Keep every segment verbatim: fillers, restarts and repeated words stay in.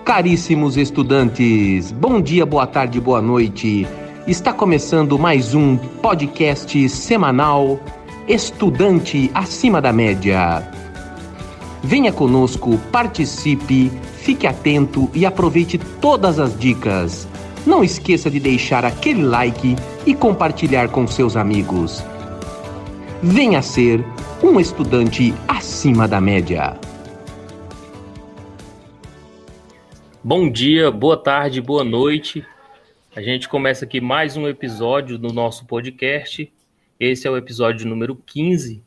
Caríssimos estudantes, bom dia, boa tarde, boa noite. Está começando mais um podcast semanal Estudante Acima da Média. Venha conosco, participe, fique atento e aproveite todas as dicas. Não esqueça de deixar aquele like e compartilhar com seus amigos. Venha ser um estudante acima da média. Bom dia, boa tarde, boa noite. A gente começa aqui mais um episódio do nosso podcast. Esse é o episódio número quinze.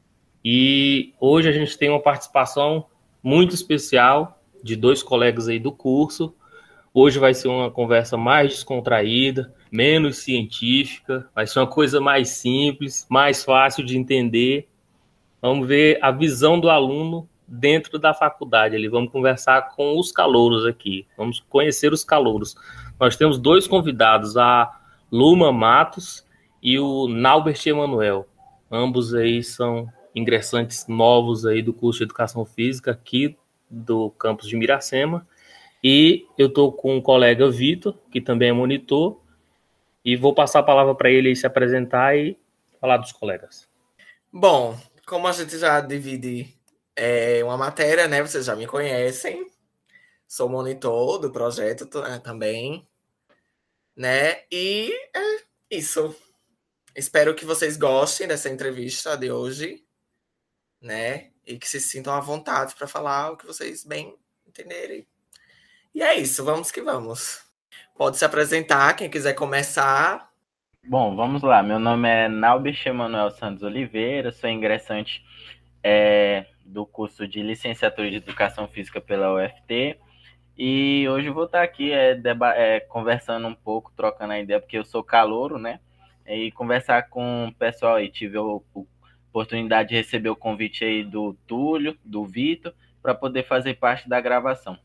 E hoje a gente tem uma participação muito especial de dois colegas aí do curso. Hoje vai ser uma conversa mais descontraída, menos científica. Vai ser uma coisa mais simples, mais fácil de entender. Vamos ver a visão do aluno dentro da faculdade. Ali, vamos conversar com os calouros aqui. Vamos conhecer os calouros. Nós temos dois convidados, a Luma Matos e o Naubert Emanuel. Ambos aí são ingressantes novos aí do curso de Educação Física aqui do campus de Miracema. E eu estou com o colega Vitor, que também é monitor, e vou passar a palavra para ele aí se apresentar e falar dos colegas. Bom, como a gente já divide é, uma matéria, né? Vocês já me conhecem. Sou monitor do projeto né, também, né? E é isso. Espero que vocês gostem dessa entrevista de hoje, né? E que se sintam à vontade para falar o que vocês bem entenderem. E é isso, vamos que vamos. Pode se apresentar, quem quiser começar. Bom, vamos lá. Meu nome é Naubert Emanuel Santos Oliveira, sou ingressante é, do curso de Licenciatura de Educação Física pela U F T. E hoje eu vou estar aqui é, deba- é, conversando um pouco, trocando a ideia, porque eu sou calouro, né? E conversar com o pessoal aí. Tive a oportunidade de receber o convite aí do Túlio, do Vitor, para poder fazer parte da gravação.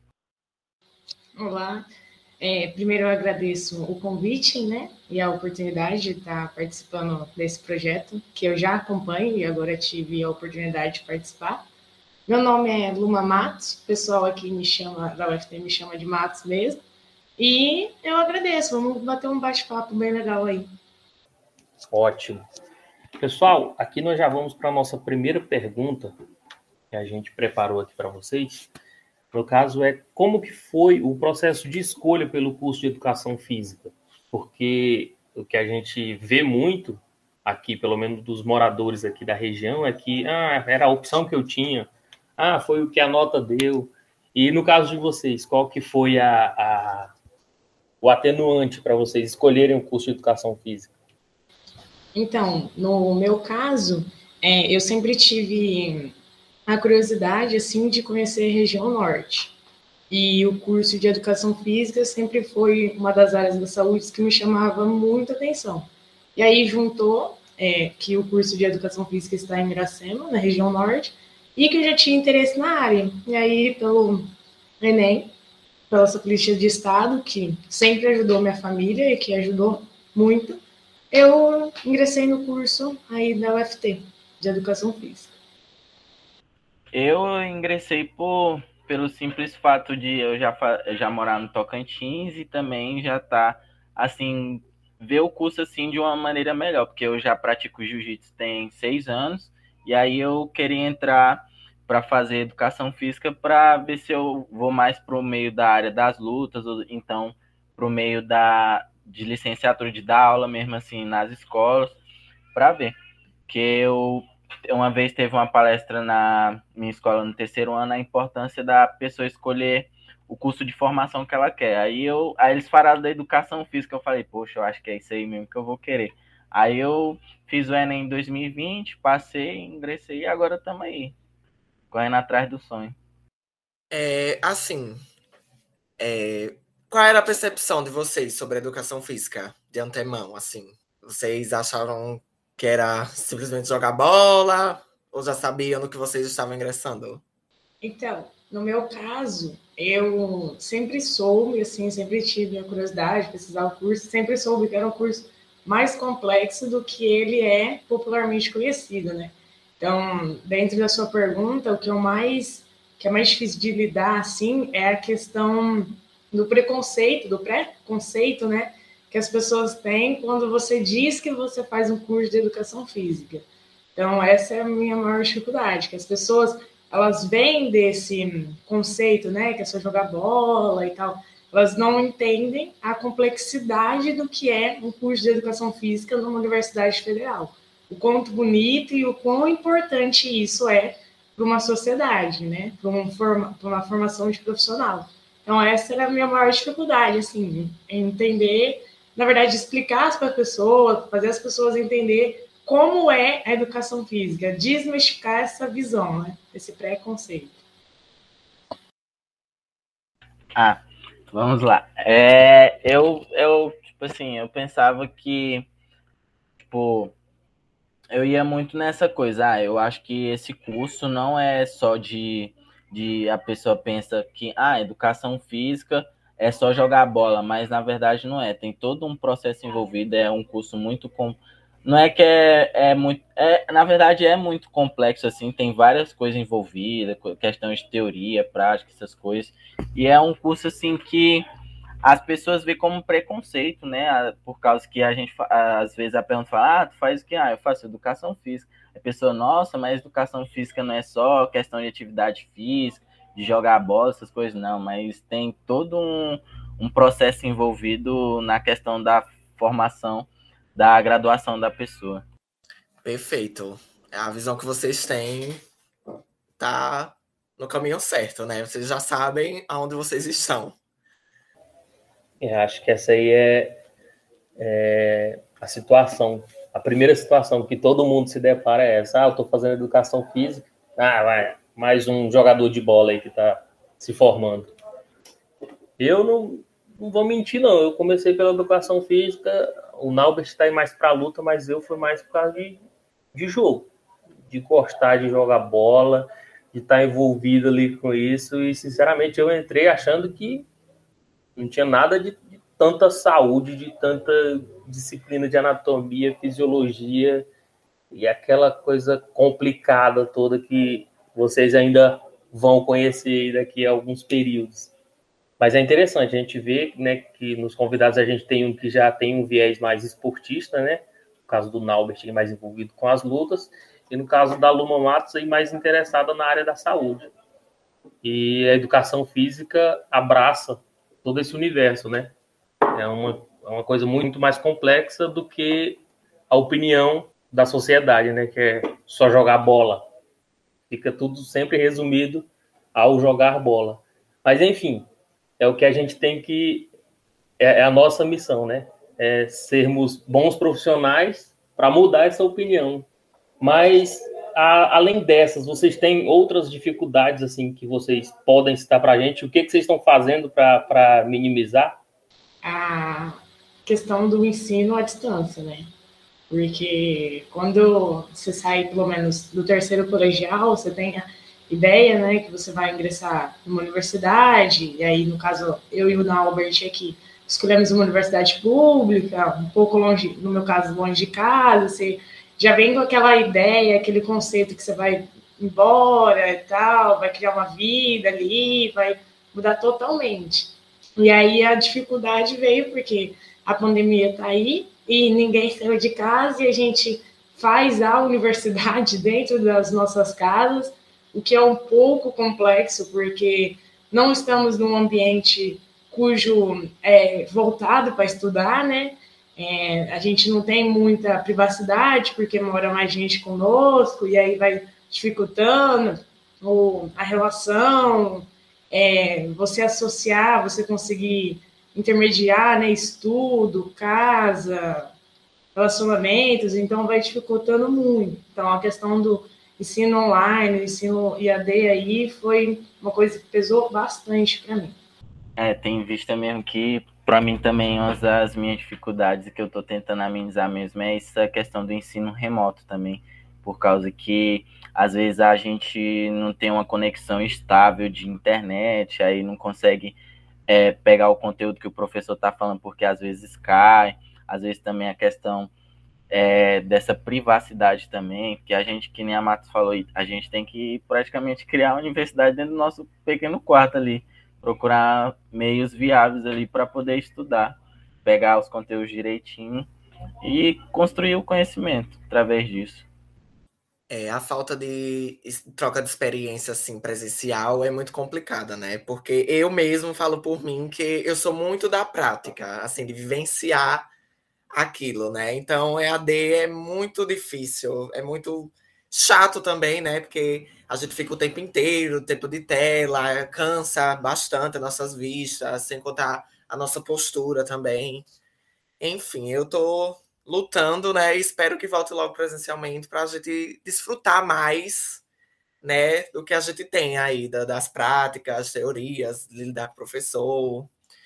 Olá, é, primeiro eu agradeço o convite, né, e a oportunidade de estar participando desse projeto, que eu já acompanho e agora tive a oportunidade de participar. Meu nome é Luma Matos, o pessoal aqui me chama, da U F T me chama de Matos mesmo, e eu agradeço, vamos bater um bate-papo bem legal aí. Ótimo. Pessoal, aqui nós já vamos para a nossa primeira pergunta que a gente preparou aqui para vocês. No caso, é como que foi o processo de escolha pelo curso de Educação Física? Porque o que a gente vê muito aqui, pelo menos dos moradores aqui da região, é que ah, era a opção que eu tinha, ah, foi o que a nota deu. E no caso de vocês, qual que foi a, a, o atenuante para vocês escolherem o curso de Educação Física? Então, no meu caso, é, eu sempre tive a curiosidade, assim, de conhecer a região norte. E o curso de Educação Física sempre foi uma das áreas da saúde que me chamava muita atenção. E aí juntou é, que o curso de Educação Física está em Miracema, na região norte, e que eu já tinha interesse na área. E aí, pelo Enem, pela essa política de Estado, que sempre ajudou minha família e que ajudou muito, eu ingressei no curso aí da U F T, de Educação Física. Eu ingressei por, pelo simples fato de eu já, já morar no Tocantins e também já tá, assim, ver o curso assim de uma maneira melhor, porque eu já pratico jiu-jitsu tem seis anos, e aí eu queria entrar para fazer educação física para ver se eu vou mais pro meio da área das lutas, ou então pro meio da, de licenciatura de dar aula mesmo assim nas escolas, para ver, que eu uma vez teve uma palestra na minha escola no terceiro ano, a importância da pessoa escolher o curso de formação que ela quer. Aí, eu, aí eles falaram da educação física, eu falei, poxa, eu acho que é isso aí mesmo que eu vou querer. Aí eu fiz o Enem em dois mil e vinte, passei, ingressei e agora estamos aí, correndo atrás do sonho. É, assim, é, qual era a percepção de vocês sobre a educação física de antemão, assim? Vocês acharam que era simplesmente jogar bola? Ou já sabiam no que vocês estavam ingressando? Então, no meu caso, eu sempre soube, assim, sempre tive a curiosidade de pesquisar o curso, sempre soube que era um curso mais complexo do que ele é popularmente conhecido, né? Então, dentro da sua pergunta, o que eu mais que é mais difícil de lidar, assim, é a questão do preconceito, do pré-conceito, né, que as pessoas têm quando você diz que você faz um curso de educação física. Então, essa é a minha maior dificuldade, que as pessoas, elas vêm desse conceito, né, que é só jogar bola e tal, elas não entendem a complexidade do que é um curso de educação física numa universidade federal. O quanto bonito e o quão importante isso é para uma sociedade, né, para um forma, para uma formação de profissional. Então, essa era a minha maior dificuldade, assim, entender, na verdade, explicar para as pessoas, fazer as pessoas entender como é a educação física, desmistificar essa visão, né? Esse preconceito. Ah, vamos lá. É, eu, eu, tipo assim, eu pensava que, tipo, eu ia muito nessa coisa. Ah, eu acho que esse curso não é só de, de a pessoa pensa que, ah, educação física é só jogar bola, mas na verdade não é. Tem todo um processo envolvido, é um curso muito com não é que é, é muito. É, na verdade, é muito complexo, assim, tem várias coisas envolvidas, questões de teoria, prática, essas coisas. E é um curso, assim, que as pessoas veem como preconceito, né? Por causa que a gente, às vezes, a pergunta fala, ah, tu faz o quê? Ah, eu faço educação física. A pessoa, nossa, mas educação física não é só questão de atividade física, de jogar bola, essas coisas, não. Mas tem todo um, um processo envolvido na questão da formação da graduação da pessoa. Perfeito. A visão que vocês têm tá no caminho certo, né? Vocês já sabem aonde vocês estão. Eu acho que essa aí é, é a situação, a primeira situação que todo mundo se depara é essa. Ah, eu tô fazendo educação física. Ah, vai, mais um jogador de bola aí que tá se formando. Eu não, não vou mentir, não. Eu comecei pela educação física. O Naubert está aí mais para a luta, mas eu fui mais por causa de, de jogo, de gostar de jogar bola, de estar envolvido ali com isso. E, sinceramente, eu entrei achando que não tinha nada de, de tanta saúde, de tanta disciplina de anatomia, fisiologia e aquela coisa complicada toda que vocês ainda vão conhecer daqui a alguns períodos. Mas é interessante, a gente vê, né, que nos convidados a gente tem um que já tem um viés mais esportista, né? No caso do Naubert, ele mais envolvido com as lutas, e no caso da Luma Matos, aí mais interessada na área da saúde. E a educação física abraça todo esse universo, né? É uma, é uma coisa muito mais complexa do que a opinião da sociedade, né? Que é só jogar bola. Fica tudo sempre resumido ao jogar bola. Mas, enfim, é o que a gente tem que... É, é a nossa missão, né? É sermos bons profissionais para mudar essa opinião. Mas, a, além dessas, vocês têm outras dificuldades assim que vocês podem citar para a gente? O que, que vocês estão fazendo para minimizar? A questão do ensino à distância, né? Porque quando você sai, pelo menos, do terceiro colegial, você tem a ideia, né, que você vai ingressar numa universidade, e aí, no caso, eu e o Naubert aqui, escolhemos uma universidade pública, um pouco longe, no meu caso, longe de casa, você já vem com aquela ideia, aquele conceito que você vai embora e tal, vai criar uma vida ali, vai mudar totalmente. E aí a dificuldade veio porque a pandemia está aí e ninguém saiu de casa e a gente faz a universidade dentro das nossas casas, o que é um pouco complexo, porque não estamos num ambiente cujo é voltado para estudar, né? É, a gente não tem muita privacidade, porque mora mais gente conosco, e aí vai dificultando ou, a relação, é, você associar, você conseguir intermediar, né, estudo, casa, relacionamentos, então vai dificultando muito. Então, a questão do ensino online, ensino I A D aí, foi uma coisa que pesou bastante para mim. É, tem vista mesmo que, para mim também, uma das minhas dificuldades que eu estou tentando amenizar mesmo é essa questão do ensino remoto também, por causa que, às vezes, a gente não tem uma conexão estável de internet, aí não consegue é, pegar o conteúdo que o professor está falando, porque às vezes cai, às vezes também a questão é, dessa privacidade também, porque a gente, que nem a Matos falou, a gente tem que praticamente criar uma universidade dentro do nosso pequeno quarto ali, procurar meios viáveis ali para poder estudar, pegar os conteúdos direitinho e construir o conhecimento através disso. É, a falta de troca de experiência assim presencial é muito complicada, né? Porque eu mesmo falo por mim que eu sou muito da prática, assim, de vivenciar aquilo, né? Então, E A D é muito difícil, é muito chato também, né? Porque a gente fica o tempo inteiro, tempo de tela, cansa bastante as nossas vistas, sem contar a nossa postura também. Enfim, eu tô lutando, né? E espero que volte logo presencialmente para a gente desfrutar mais, né, do que a gente tem aí, das práticas, teorias, lidar com o professor.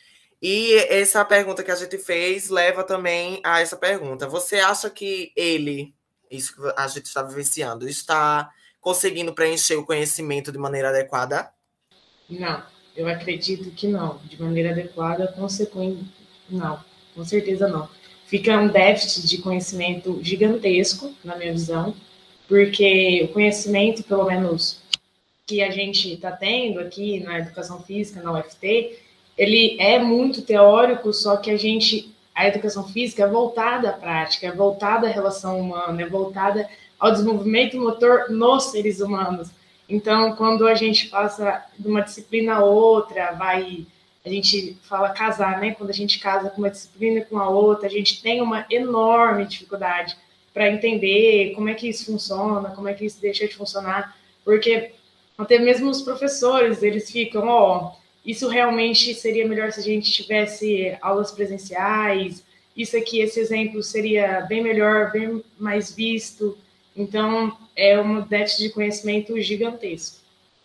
E essa pergunta que a gente fez leva também a essa pergunta. Você acha que ele, isso que a gente está vivenciando, está conseguindo preencher o conhecimento de maneira adequada? Não, eu acredito que não. De maneira adequada, consequente, não, com certeza não. Fica um déficit de conhecimento gigantesco, na minha visão, porque o conhecimento, pelo menos, que a gente está tendo aqui na educação física, na U F T, ele é muito teórico, só que a gente, a educação física é voltada à prática, é voltada à relação humana, é voltada ao desenvolvimento motor nos seres humanos. Então, quando a gente passa de uma disciplina a outra, vai, a gente fala casar, né? Quando a gente casa com uma disciplina e com a outra, a gente tem uma enorme dificuldade para entender como é que isso funciona, como é que isso deixa de funcionar, porque até mesmo os professores, eles ficam, ó, oh, isso realmente seria melhor se a gente tivesse aulas presenciais, isso aqui, esse exemplo seria bem melhor, bem mais visto. Então, é um déficit de conhecimento gigantesco.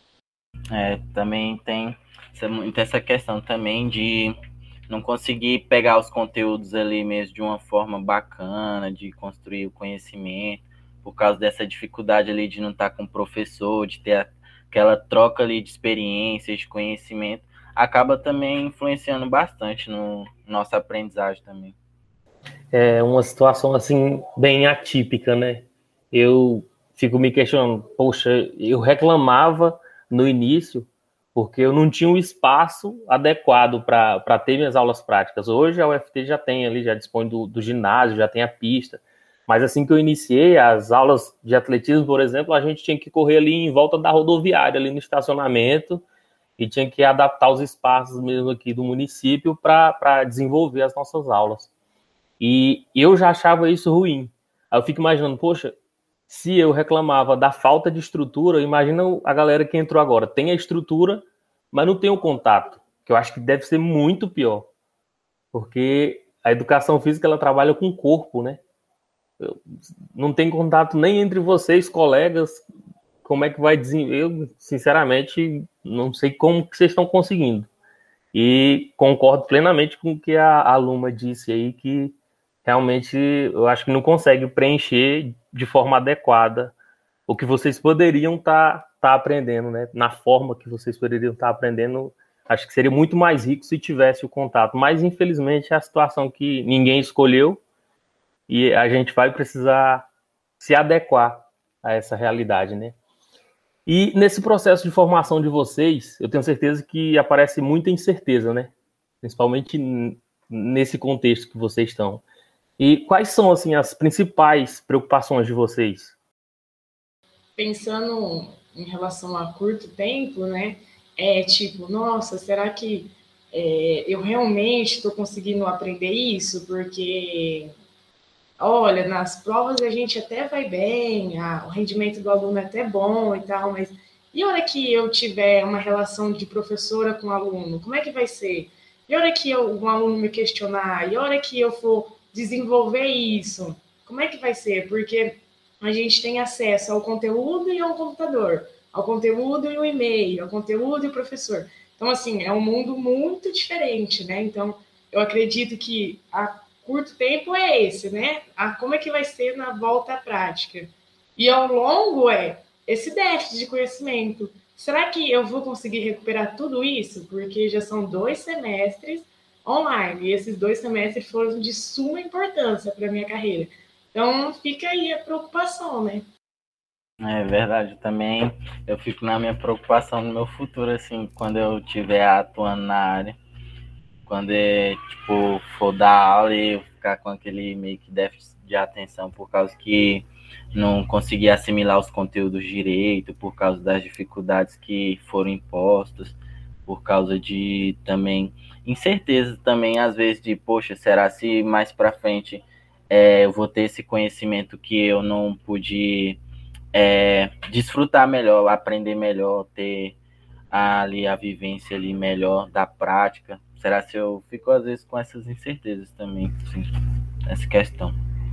É, também tem essa, essa questão também de não conseguir pegar os conteúdos ali mesmo de uma forma bacana, de construir o conhecimento, por causa dessa dificuldade ali de não estar com o professor, de ter aquela troca ali de experiências, de conhecimento, acaba também influenciando bastante no nosso aprendizagem também. É uma situação, assim, bem atípica, né? Eu fico me questionando, poxa, eu reclamava no início porque eu não tinha um espaço adequado para ter minhas aulas práticas. Hoje a U F T já tem ali, já dispõe do, do ginásio, já tem a pista. Mas assim que eu iniciei as aulas de atletismo, por exemplo, a gente tinha que correr ali em volta da rodoviária, ali no estacionamento, e tinha que adaptar os espaços mesmo aqui do município para desenvolver as nossas aulas. E eu já achava isso ruim. Aí eu fico imaginando, poxa, se eu reclamava da falta de estrutura, imagina a galera que entrou agora. Tem a estrutura, mas não tem o contato, que eu acho que deve ser muito pior. Porque a educação física, ela trabalha com o corpo, né? Não tem contato nem entre vocês, colegas. Como é que vai desenvolver? Eu, sinceramente, não sei como que vocês estão conseguindo. E concordo plenamente com o que a, a Luma disse aí, que realmente eu acho que não consegue preencher de forma adequada o que vocês poderiam estar tá, tá aprendendo, né? Na forma que vocês poderiam estar tá aprendendo, acho que seria muito mais rico se tivesse o contato. Mas, infelizmente, é a situação que ninguém escolheu e a gente vai precisar se adequar a essa realidade, né? E nesse processo de formação de vocês, eu tenho certeza que aparece muita incerteza, né? Principalmente nesse contexto que vocês estão. E quais são, assim, as principais preocupações de vocês? Pensando em relação a curto tempo, né? É tipo, nossa, será que é, eu realmente estou conseguindo aprender isso? Porque, olha, nas provas a gente até vai bem, a, o rendimento do aluno é até bom e tal, mas e a hora que eu tiver uma relação de professora com aluno, como é que vai ser? E a hora que eu, um aluno me questionar? E a hora que eu for desenvolver isso, como é que vai ser? Porque a gente tem acesso ao conteúdo e ao computador, ao conteúdo e o e-mail, ao conteúdo e o professor. Então, assim, é um mundo muito diferente, né? Então, eu acredito que a curto tempo é esse, né? A, como é que vai ser na volta à prática? E ao longo é esse déficit de conhecimento. Será que eu vou conseguir recuperar tudo isso? Porque já são dois semestres online, e esses dois semestres foram de suma importância para a minha carreira. Então, fica aí a preocupação, né? É verdade, também eu fico na minha preocupação no meu futuro, assim, quando eu estiver atuando na área, quando é, tipo, for dar aula e eu ficar com aquele meio que déficit de atenção por causa que não consegui assimilar os conteúdos direito, por causa das dificuldades que foram impostas, por causa de também incerteza também, às vezes, de, poxa, será se mais para frente é, eu vou ter esse conhecimento que eu não pude é, desfrutar melhor, aprender melhor, ter ali a vivência ali melhor da prática. Será se eu fico às vezes com essas incertezas também, assim, essa questão.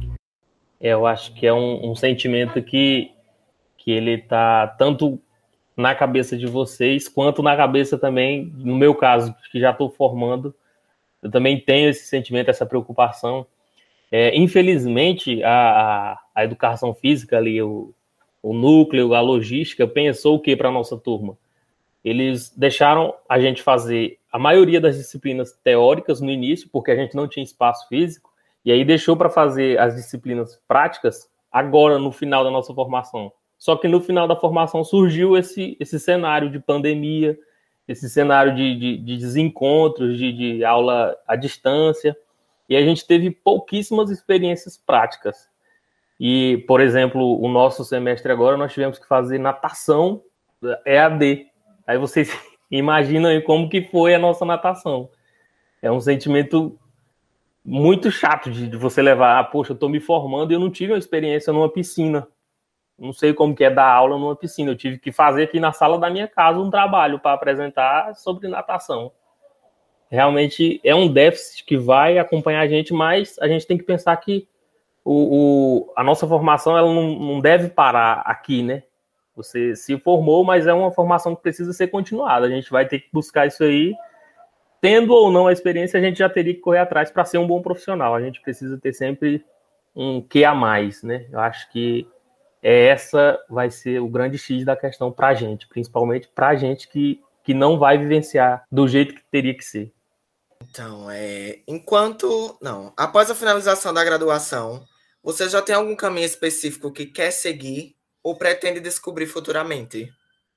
É, eu acho que é um, um sentimento que, que ele tá tanto na cabeça de vocês, quanto na cabeça também, no meu caso, que já estou formando, eu também tenho esse sentimento, essa preocupação. É, infelizmente, a, a, a educação física ali, o, o núcleo, a logística, pensou o que para a nossa turma? Eles deixaram a gente fazer a maioria das disciplinas teóricas no início, porque a gente não tinha espaço físico, e aí deixou para fazer as disciplinas práticas agora, no final da nossa formação. Só que no final da formação surgiu esse, esse cenário de pandemia, esse cenário de, de, de desencontros, de, de aula à distância, e a gente teve pouquíssimas experiências práticas. E, por exemplo, o nosso semestre agora, nós tivemos que fazer natação E A D. Aí vocês imaginam aí como que foi a nossa natação. É um sentimento muito chato de, de você levar, ah, poxa, eu estou me formando e eu não tive uma experiência numa piscina. Não sei como que é dar aula numa piscina. Eu tive que fazer aqui na sala da minha casa um trabalho para apresentar sobre natação. Realmente é um déficit que vai acompanhar a gente, mas a gente tem que pensar que o, o, a nossa formação ela não, não deve parar aqui, né? Você se formou, mas é uma formação que precisa ser continuada. A gente vai ter que buscar isso aí. Tendo ou não a experiência, a gente já teria que correr atrás para ser um bom profissional. A gente precisa ter sempre um quê a mais, né? Eu acho que essa vai ser o grande X da questão para a gente, principalmente para a gente que, que não vai vivenciar do jeito que teria que ser. Então, é, enquanto... Não, após a finalização da graduação, você já tem algum caminho específico que quer seguir ou pretende descobrir futuramente?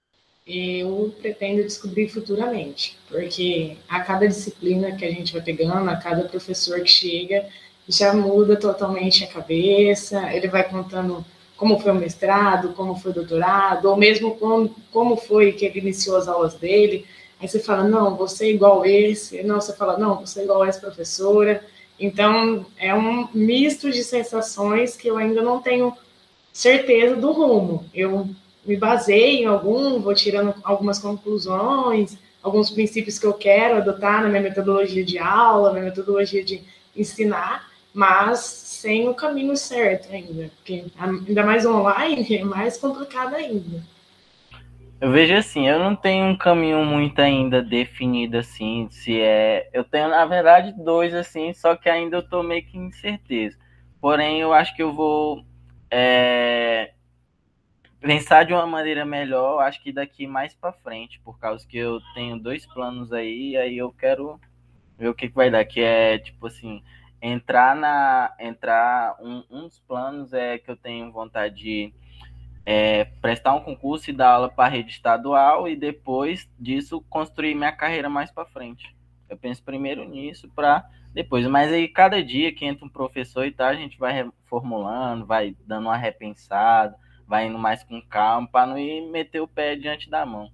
Eu pretendo descobrir futuramente, porque a cada disciplina que a gente vai pegando, a cada professor que chega, já muda totalmente a cabeça, ele vai contando como foi o mestrado, como foi o doutorado, ou mesmo como, como foi que ele iniciou as aulas dele. Aí você fala, não, você é igual esse. Não, você fala, não, você é igual essa professora. Então, é um misto de sensações que eu ainda não tenho certeza do rumo. Eu me baseio em algum, vou tirando algumas conclusões, alguns princípios que eu quero adotar na minha metodologia de aula, na minha metodologia de ensinar, mas sem o caminho certo ainda, porque ainda mais online é mais complicado ainda. Eu vejo assim, eu não tenho um caminho muito ainda definido assim, se é... Eu tenho, na verdade, dois assim, só que ainda eu tô meio que incerteza. Porém, eu acho que eu vou é... pensar de uma maneira melhor, acho que daqui mais para frente, por causa que eu tenho dois planos aí, aí eu quero ver o que, que vai dar, que é, tipo assim, entrar na... entrar um, um dos planos é que eu tenho vontade de É, prestar um concurso e dar aula para a rede estadual e depois disso construir minha carreira mais para frente. Eu penso primeiro nisso para depois, mas aí cada dia que entra um professor e tal, a gente vai reformulando, vai dando uma repensada, vai indo mais com calma para não ir meter o pé diante da mão.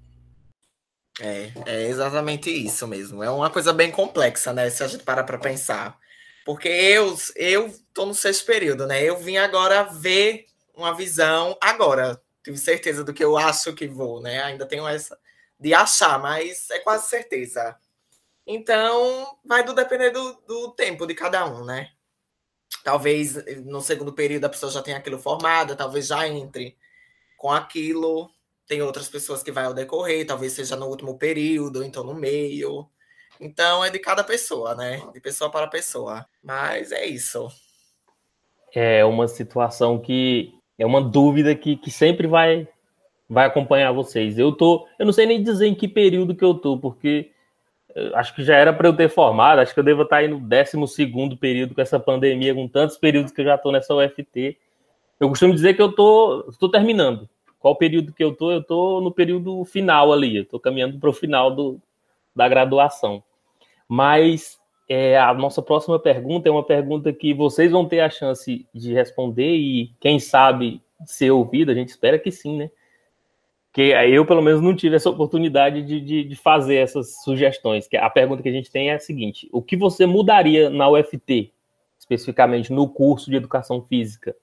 É, é exatamente isso mesmo. É uma coisa bem complexa, né? Se a gente parar para pensar. Porque eu, eu tô no sexto período, né? Eu vim agora ver uma visão agora. Tive certeza do que eu acho que vou, né? Ainda tenho essa de achar, mas é quase certeza. Então, vai do depender do, do tempo de cada um, né? Talvez no segundo período a pessoa já tenha aquilo formado, talvez já entre com aquilo. Tem outras pessoas que vai ao decorrer, talvez seja no último período, ou então no meio. Então, é de cada pessoa, né? De pessoa para pessoa. Mas é isso. É uma situação que é uma dúvida que, que sempre vai, vai acompanhar vocês. Eu tô, eu não sei nem dizer em que período que eu tô, porque acho que já era para eu ter formado, acho que eu devo estar aí no décimo segundo período com essa pandemia, com tantos períodos que eu já estou nessa U F T. Eu costumo dizer que eu tô, estou terminando. Qual período que eu estou? Eu estou no período final ali, eu estou caminhando para o final do, da graduação. Mas é, a nossa próxima pergunta é uma pergunta que vocês vão ter a chance de responder e, quem sabe, ser ouvido, a gente espera que sim, né? Porque eu, pelo menos, não tive essa oportunidade de, de, de fazer essas sugestões. A pergunta que a gente tem é a seguinte: o que você mudaria na U F T, especificamente no curso de Educação Física?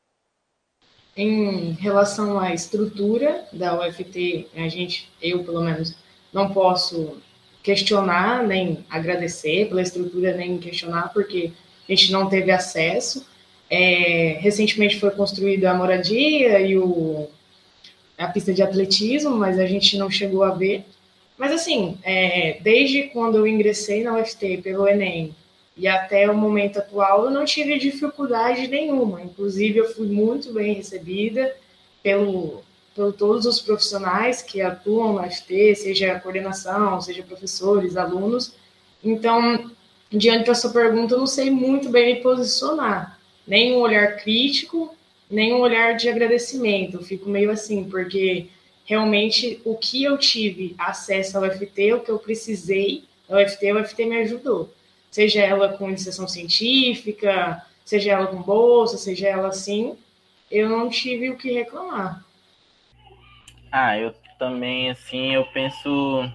Em relação à estrutura da U F T, a gente, eu, pelo menos, não posso questionar, nem agradecer pela estrutura, nem questionar, porque a gente não teve acesso. É, recentemente foi construída a moradia e o, a pista de atletismo, mas a gente não chegou a ver. Mas, assim, é, desde quando eu ingressei na U F T pelo Enem e até o momento atual, eu não tive dificuldade nenhuma. Inclusive, eu fui muito bem recebida pelo, por todos os profissionais que atuam na U F T, seja a coordenação, seja professores, alunos. Então, diante da sua pergunta, eu não sei muito bem me posicionar. Nem um olhar crítico, nem um olhar de agradecimento. Eu fico meio assim, porque realmente o que eu tive acesso ao U F T, o que eu precisei da U F T, a U F T me ajudou. Seja ela com iniciação científica, seja ela com bolsa, seja ela assim, eu não tive o que reclamar. Ah, eu também, assim, eu penso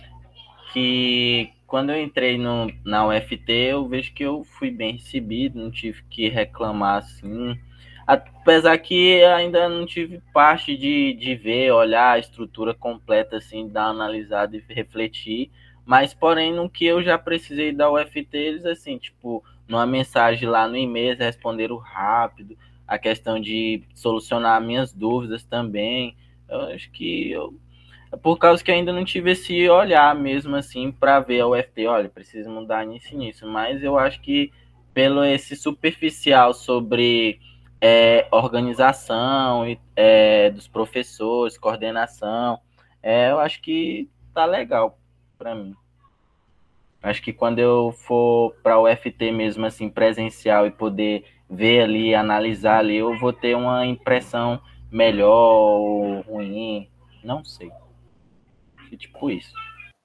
que quando eu entrei no, na U F T, eu vejo que eu fui bem recebido, não tive que reclamar, assim. Apesar que ainda não tive parte de, de ver, olhar a estrutura completa, assim, dar uma analisada e refletir. Mas, porém, no que eu já precisei da U F T, eles, assim, tipo, numa mensagem lá no e-mail, responderam rápido, a questão de solucionar minhas dúvidas também. Eu acho que eu, por causa que ainda não tive esse olhar mesmo, assim, para ver a U F T, olha, precisa mudar nisso e nisso. Mas eu acho que pelo esse superficial sobre é, organização é, dos professores, coordenação, é, eu acho que tá legal para mim. Acho que quando eu for para o U F T mesmo, assim, presencial e poder ver ali, analisar ali, eu vou ter uma impressão melhor ou ruim, não sei. É tipo isso.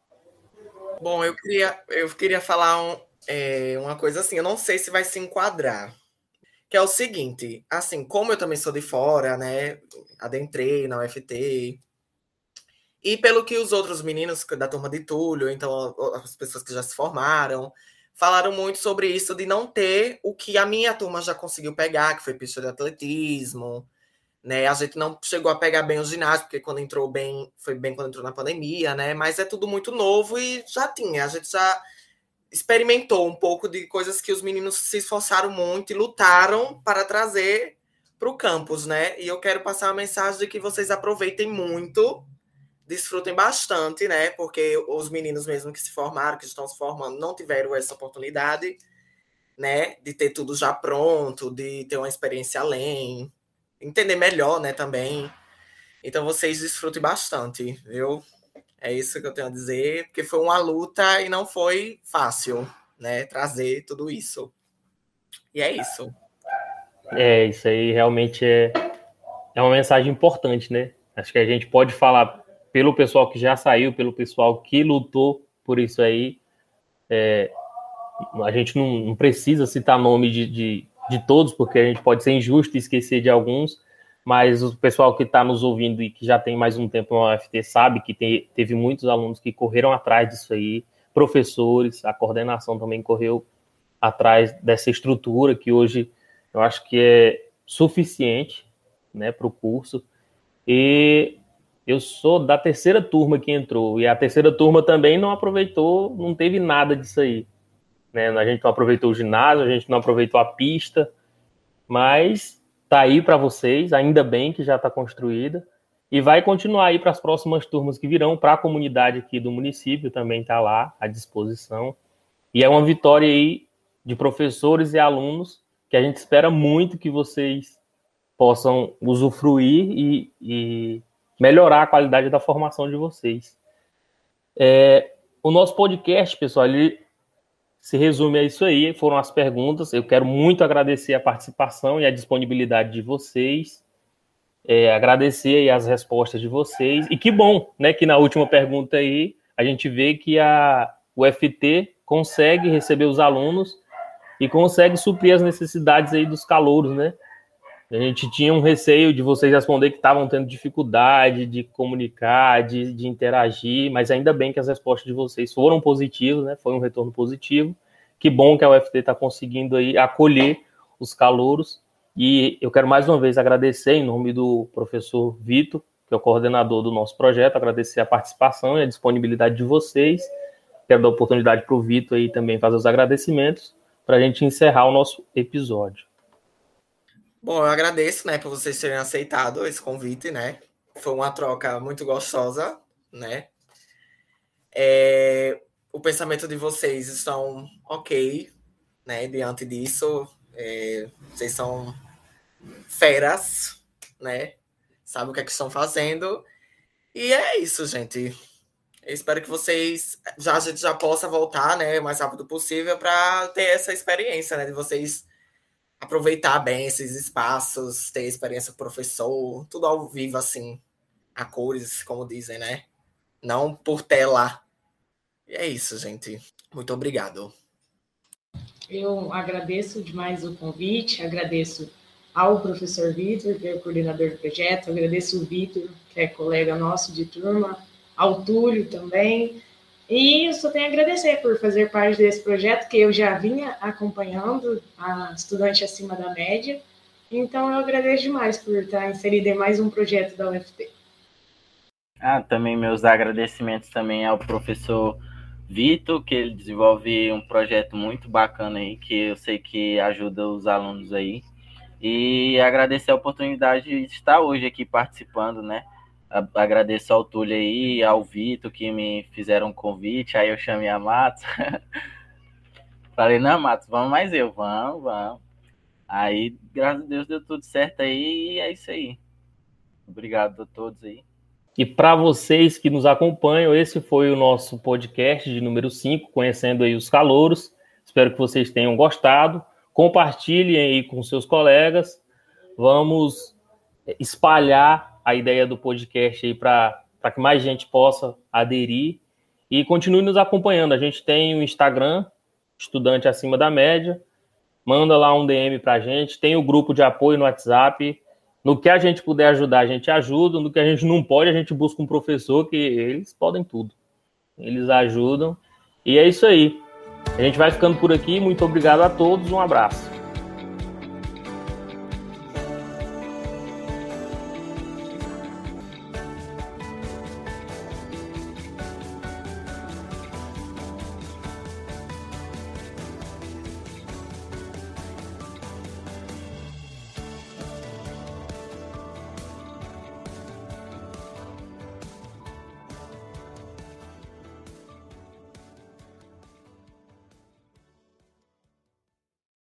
Bom, eu queria, eu queria falar um, é, uma coisa assim, eu não sei se vai se enquadrar, que é o seguinte, assim, como eu também sou de fora, né, adentrei na U F T, e pelo que os outros meninos da turma de Túlio, então as pessoas que já se formaram, falaram muito sobre isso de não ter o que a minha turma já conseguiu pegar, que foi pista de atletismo, né? A gente não chegou a pegar bem o ginásio, porque quando entrou bem, foi bem quando entrou na pandemia, né? Mas é tudo muito novo e já tinha, a gente já experimentou um pouco de coisas que os meninos se esforçaram muito e lutaram para trazer para o campus, né? E eu quero passar a mensagem de que vocês aproveitem muito, desfrutem bastante, né? Porque os meninos mesmo que se formaram, que estão se formando, não tiveram essa oportunidade, né? De ter tudo já pronto, de ter uma experiência além, entender melhor, né? Também. Então vocês desfrutem bastante, viu? É isso que eu tenho a dizer, porque foi uma luta e não foi fácil, né? Trazer tudo isso. E é isso. É, isso aí realmente é, é uma mensagem importante, né? Acho que a gente pode falar pelo pessoal que já saiu, pelo pessoal que lutou por isso aí. É, a gente não, não precisa citar nome de, de, de todos, porque a gente pode ser injusto e esquecer de alguns, mas o pessoal que está nos ouvindo e que já tem mais um tempo na U F T sabe que tem, teve muitos alunos que correram atrás disso aí, professores, a coordenação também correu atrás dessa estrutura que hoje eu acho que é suficiente, né, para o curso. E eu sou da terceira turma que entrou, e a terceira turma também não aproveitou, não teve nada disso aí. Né? A gente não aproveitou o ginásio, a gente não aproveitou a pista, mas tá aí para vocês, ainda bem que já está construída, e vai continuar aí para as próximas turmas que virão, para a comunidade aqui do município também está lá à disposição. E é uma vitória aí de professores e alunos que a gente espera muito que vocês possam usufruir e, e melhorar a qualidade da formação de vocês. É, O nosso podcast, pessoal, ele se resume a isso aí, foram as perguntas. Eu quero muito agradecer a participação e a disponibilidade de vocês, é, agradecer aí as respostas de vocês, e que bom, né, que na última pergunta aí, a gente vê que a U F T consegue receber os alunos e consegue suprir as necessidades aí dos calouros, né? A gente tinha um receio de vocês responder que estavam tendo dificuldade de comunicar, de, de interagir, mas ainda bem que as respostas de vocês foram positivas, né? Foi um retorno positivo. Que bom que a U F T está conseguindo aí acolher os calouros. E eu quero mais uma vez agradecer em nome do professor Vitor, que é o coordenador do nosso projeto, agradecer a participação e a disponibilidade de vocês. Quero dar a oportunidade para o Vitor aí também fazer os agradecimentos para a gente encerrar o nosso episódio. Bom, eu agradeço, né, por vocês terem aceitado esse convite, né? Foi uma troca muito gostosa, né? É, o pensamento de vocês estão ok, né? Diante disso, é, vocês são feras, né? Sabem o que é que estão fazendo. E é isso, gente. Eu espero que vocês já, a gente já possa voltar, né, o mais rápido possível para ter essa experiência, né, de vocês aproveitar bem esses espaços, ter experiência com o professor, tudo ao vivo, assim, a cores, como dizem, né? Não por tela. E é isso, gente. Muito obrigado. Eu agradeço demais o convite, agradeço ao professor Vitor, que é o coordenador do projeto, agradeço o Vitor, que é colega nosso de turma, ao Túlio também. E eu só tenho a agradecer por fazer parte desse projeto que eu já vinha acompanhando, a Estudante Acima da Média. Então, eu agradeço demais por estar inserido em mais um projeto da U F T. Ah, também meus agradecimentos também ao professor Vitor, que ele desenvolve um projeto muito bacana aí, que eu sei que ajuda os alunos aí. E agradecer a oportunidade de estar hoje aqui participando, né? Agradeço ao Túlio aí, ao Vitor, que me fizeram um convite, aí eu chamei a Matos. Falei, não, Matos, vamos mais eu, vamos, vamos. Aí, graças a Deus, deu tudo certo aí, e é isso aí. Obrigado a todos aí. E para vocês que nos acompanham, esse foi o nosso podcast de número cinco, conhecendo aí os calouros. Espero que vocês tenham gostado. Compartilhem aí com seus colegas. Vamos espalhar a ideia do podcast aí para que mais gente possa aderir. E continue nos acompanhando. A gente tem o Instagram, Estudante Acima da Média. Manda lá um D M para a gente. Tem o grupo de apoio no WhatsApp. No que a gente puder ajudar, a gente ajuda. No que a gente não pode, a gente busca um professor, que eles podem tudo. Eles ajudam. E é isso aí. A gente vai ficando por aqui. Muito obrigado a todos. Um abraço.